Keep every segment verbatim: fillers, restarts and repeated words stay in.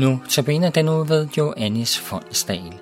Nu tabiner den ud ved Joannis Fondsdal.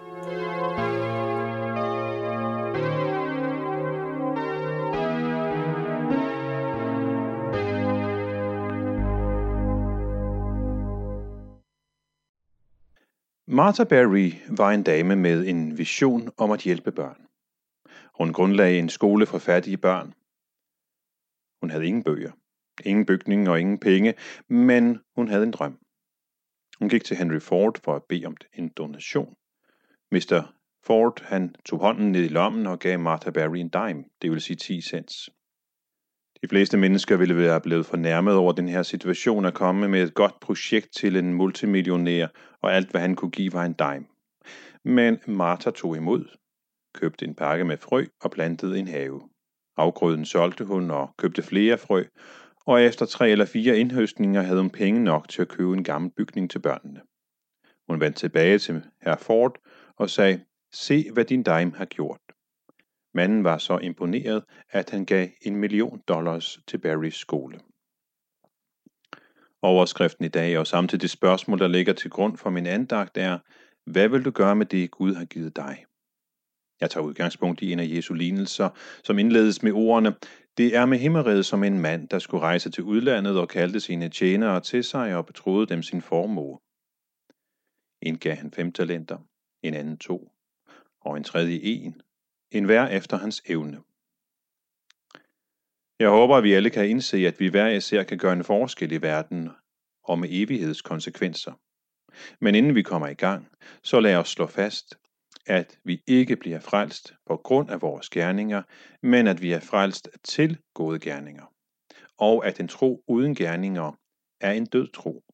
Martha Berry var en dame med en vision om at hjælpe børn. Hun grundlagde en skole for fattige børn. Hun havde ingen bøger, ingen bygning og ingen penge, men hun havde en drøm. Hun gik til Henry Ford for at bede om en donation. mister Ford han tog hånden ned i lommen og gav Martha Berry en dime, det vil sige ti cents. De fleste mennesker ville være blevet fornærmet over den her situation at komme med et godt projekt til en multimillionær, og alt hvad han kunne give var en dime. Men Martha tog imod, købte en pakke med frø og plantede en have. Afgrøden solgte hun og købte flere frø, og efter tre eller fire indhøstninger havde hun penge nok til at købe en gammel bygning til børnene. Hun vendte tilbage til herr Ford og sagde, se hvad din dime har gjort. Manden var så imponeret, at han gav en million dollars til Berrys skole. Overskriften i dag og samtidig det spørgsmål, der ligger til grund for min andagt er, hvad vil du gøre med det, Gud har givet dig? Jeg tager udgangspunkt i en af Jesu lignelser, som indledes med ordene, det er med himmeriget som en mand, der skulle rejse til udlandet og kaldte sine tjenere til sig og betroede dem sin formue. En gav han fem talenter, en anden to, og en tredje en, en hver efter hans evne. Jeg håber, at vi alle kan indse, at vi hver især kan gøre en forskel i verden og med evighedskonsekvenser. Men inden vi kommer i gang, så lad os slå fast, at vi ikke bliver frelst på grund af vores gerninger, men at vi er frelst til gode gerninger, og at en tro uden gerninger er en død tro.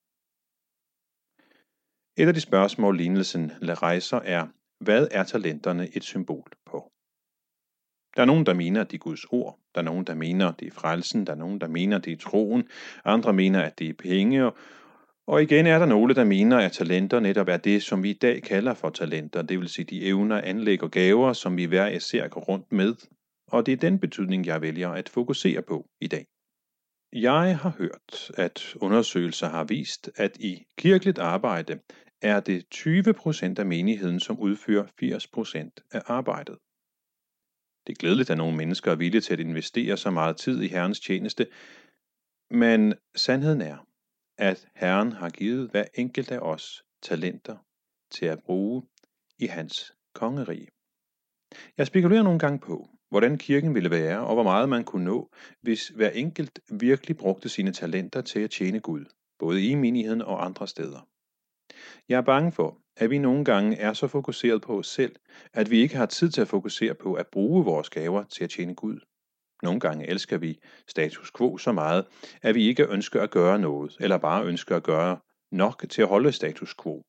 Et af de spørgsmål, lignelsen rejser er, hvad er talenterne et symbol på? Der er nogen, der mener, at det er Guds ord. Der er nogen, der mener, at det er frelsen. Der er nogen, der mener, at det er troen. Andre mener, at det er penge. Og igen er der nogle, der mener, at talenter netop er det, som vi i dag kalder for talenter. Det vil sige de evner, anlæg og gaver, som vi hver især går rundt med. Og det er den betydning, jeg vælger at fokusere på i dag. Jeg har hørt, at undersøgelser har vist, at i kirkeligt arbejde er det tyve procent af menigheden, som udfører firs procent af arbejdet. Det er glædeligt, at nogle mennesker er villige til at investere så meget tid i Herrens tjeneste, men sandheden er, at Herren har givet hver enkelt af os talenter til at bruge i hans kongerige. Jeg spekulerer nogle gange på, hvordan kirken ville være, og hvor meget man kunne nå, hvis hver enkelt virkelig brugte sine talenter til at tjene Gud, både i menigheden og andre steder. Jeg er bange for, at vi nogle gange er så fokuseret på os selv, at vi ikke har tid til at fokusere på at bruge vores gaver til at tjene Gud. Nogle gange elsker vi status quo så meget, at vi ikke ønsker at gøre noget, eller bare ønsker at gøre nok til at holde status quo.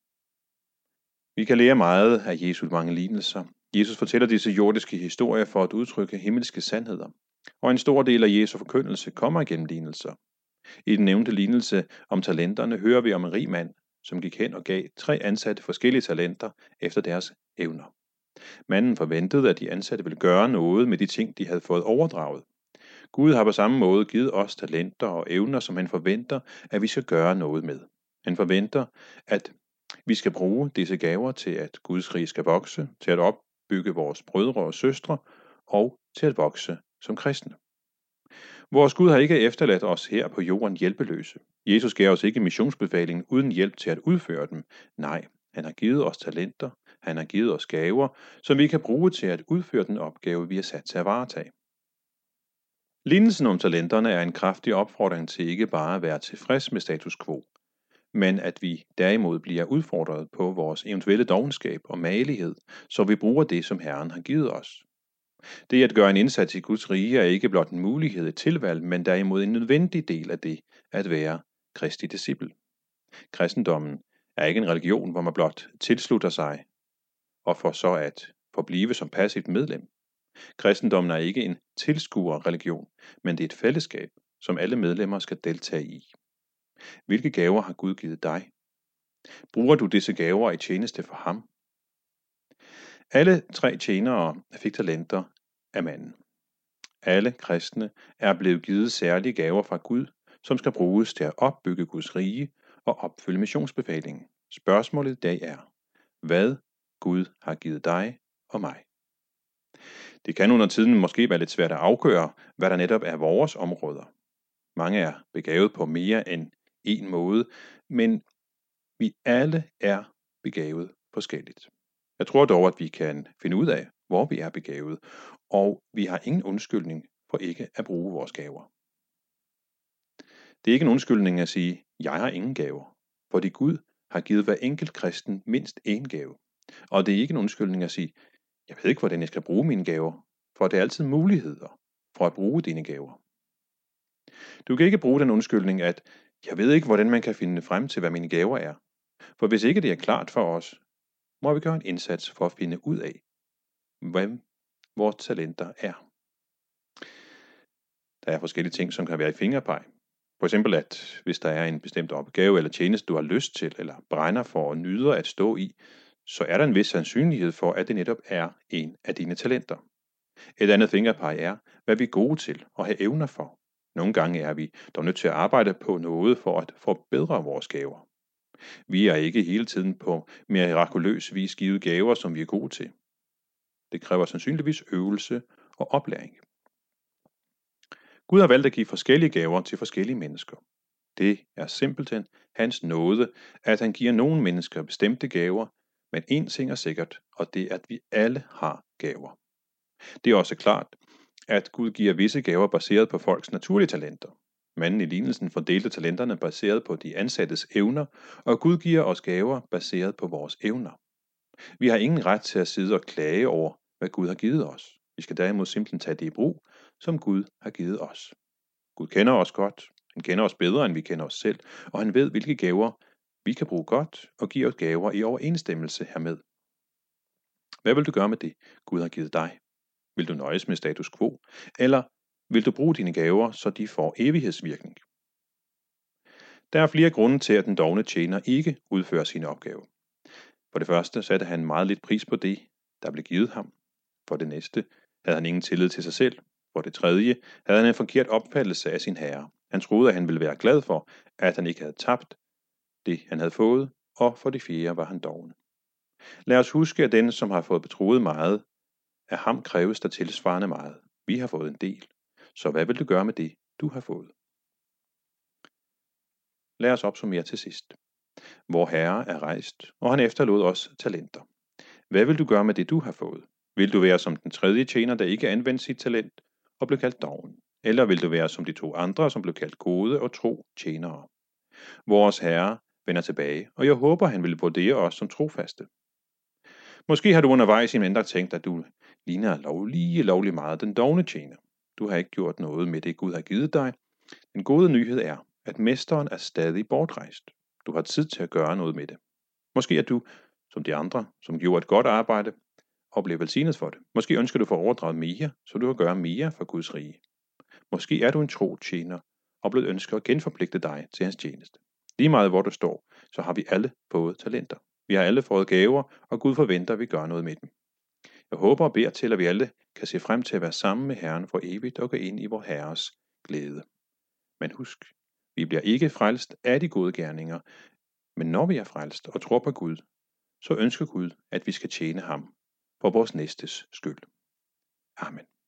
Vi kan lære meget af Jesu mange lignelser. Jesus fortæller disse jordiske historier for at udtrykke himmelske sandheder, og en stor del af Jesu forkyndelse kommer igennem lignelser. I den nævnte lignelse om talenterne hører vi om en rig mand, som gik hen og gav tre ansatte forskellige talenter efter deres evner. Manden forventede, at de ansatte ville gøre noget med de ting, de havde fået overdraget. Gud har på samme måde givet os talenter og evner, som han forventer, at vi skal gøre noget med. Han forventer, at vi skal bruge disse gaver til, at Guds rige skal vokse, til at opbygge vores brødre og søstre og til at vokse som kristne. Vores Gud har ikke efterladt os her på jorden hjælpeløse. Jesus gav os ikke missionsbefalingen uden hjælp til at udføre dem. Nej, han har givet os talenter, han har givet os gaver, som vi kan bruge til at udføre den opgave, vi er sat til at varetage. Lignelsen om talenterne er en kraftig opfordring til ikke bare at være tilfreds med status quo, men at vi derimod bliver udfordret på vores eventuelle dovenskab og magelighed, så vi bruger det, som Herren har givet os. Det at gøre en indsats i Guds rige er ikke blot en mulighed, et tilvalg, men derimod en nødvendig del af det at være Kristi disciple. Kristendommen er ikke en religion, hvor man blot tilslutter sig og for så at forblive som passivt medlem. Kristendommen er ikke en tilskuerreligion, men det er et fællesskab, som alle medlemmer skal deltage i. Hvilke gaver har Gud givet dig? Bruger du disse gaver i tjeneste for ham? Alle tre tjenere fik talenter af manden. Alle kristne er blevet givet særlige gaver fra Gud, som skal bruges til at opbygge Guds rige og opfylde missionsbefalingen. Spørgsmålet i dag er, hvad Gud har givet dig og mig. Det kan under tiden måske være lidt svært at afgøre, hvad der netop er vores områder. Mange er begavet på mere end en måde, men vi alle er begavet forskelligt. Jeg tror dog, at vi kan finde ud af, hvor vi er begavet, og vi har ingen undskyldning for ikke at bruge vores gaver. Det er ikke en undskyldning at sige, jeg har ingen gaver, fordi Gud har givet hver enkelt kristen mindst én gave. Og det er ikke en undskyldning at sige, jeg ved ikke, hvordan jeg skal bruge mine gaver, for det er altid muligheder for at bruge dine gaver. Du kan ikke bruge den undskyldning, at jeg ved ikke, hvordan man kan finde frem til, hvad mine gaver er. For hvis ikke det er klart for os, må vi gøre en indsats for at finde ud af, hvem vores talenter er. Der er forskellige ting, som kan være i fingerpeg. For eksempel, at hvis der er en bestemt opgave eller tjeneste, du har lyst til eller brænder for og nyder at stå i, så er der en vis sandsynlighed for, at det netop er en af dine talenter. Et andet fingerpeg er, hvad vi er gode til og have evner for. Nogle gange er vi dog nødt til at arbejde på noget for at forbedre vores gaver. Vi er ikke hele tiden på mirakuløs vis givet gaver, som vi er gode til. Det kræver sandsynligvis øvelse og oplæring. Gud har valgt at give forskellige gaver til forskellige mennesker. Det er simpelthen hans nåde, at han giver nogle mennesker bestemte gaver, men én ting er sikkert, og det er, at vi alle har gaver. Det er også klart, at Gud giver visse gaver baseret på folks naturlige talenter. Manden i lignelsen fordelte talenterne baseret på de ansattes evner, og Gud giver os gaver baseret på vores evner. Vi har ingen ret til at sidde og klage over, hvad Gud har givet os. Vi skal derimod simpelthen tage det i brug, som Gud har givet os. Gud kender os godt. Han kender os bedre, end vi kender os selv, og han ved, hvilke gaver vi kan bruge godt, og giver os gaver i overensstemmelse hermed. Hvad vil du gøre med det, Gud har givet dig? Vil du nøjes med status quo, eller vil du bruge dine gaver, så de får evighedsvirkning? Der er flere grunde til, at den dovne tjener ikke udfører sin opgave. For det første satte han meget lidt pris på det, der blev givet ham. For det næste havde han ingen tillid til sig selv. For det tredje havde han en forkert opfattelse af sin herre. Han troede, at han ville være glad for, at han ikke havde tabt det, han havde fået, og for det fjerde var han doven. Lad os huske, at den, som har fået betroet meget, af ham kræves der tilsvarende meget. Vi har fået en del. Så hvad vil du gøre med det, du har fået? Lad os opsummere til sidst. Vor Herre er rejst, og han efterlod os talenter. Hvad vil du gøre med det, du har fået? Vil du være som den tredje tjener, der ikke anvendte sit talent og blev kaldt doven? Eller vil du være som de to andre, som blev kaldt gode og tro tjenere? Vores Herre vender tilbage, og jeg håber, han vil vurdere os som trofaste. Måske har du undervejs i mindre tænkt, at du ligner lov, lige lovlig meget den dovne tjener. Du har ikke gjort noget med det, Gud har givet dig. Den gode nyhed er, at mesteren er stadig bortrejst. Du har tid til at gøre noget med det. Måske er du, som de andre, som gjorde et godt arbejde, og blev velsignet for det. Måske ønsker du for overdraget mere, så du kan gøre mere for Guds rige. Måske er du en tro tjener, og blevet ønsket at genforpligte dig til hans tjeneste. Lige meget hvor du står, så har vi alle fået talenter. Vi har alle fået gaver, og Gud forventer, at vi gør noget med dem. Jeg håber og beder til, at vi alle kan se frem til at være sammen med Herren for evigt og gå ind i vor Herres glæde. Men husk, vi bliver ikke frelst af de gode gerninger, men når vi er frelst og tror på Gud, så ønsker Gud, at vi skal tjene ham for vores næstes skyld. Amen.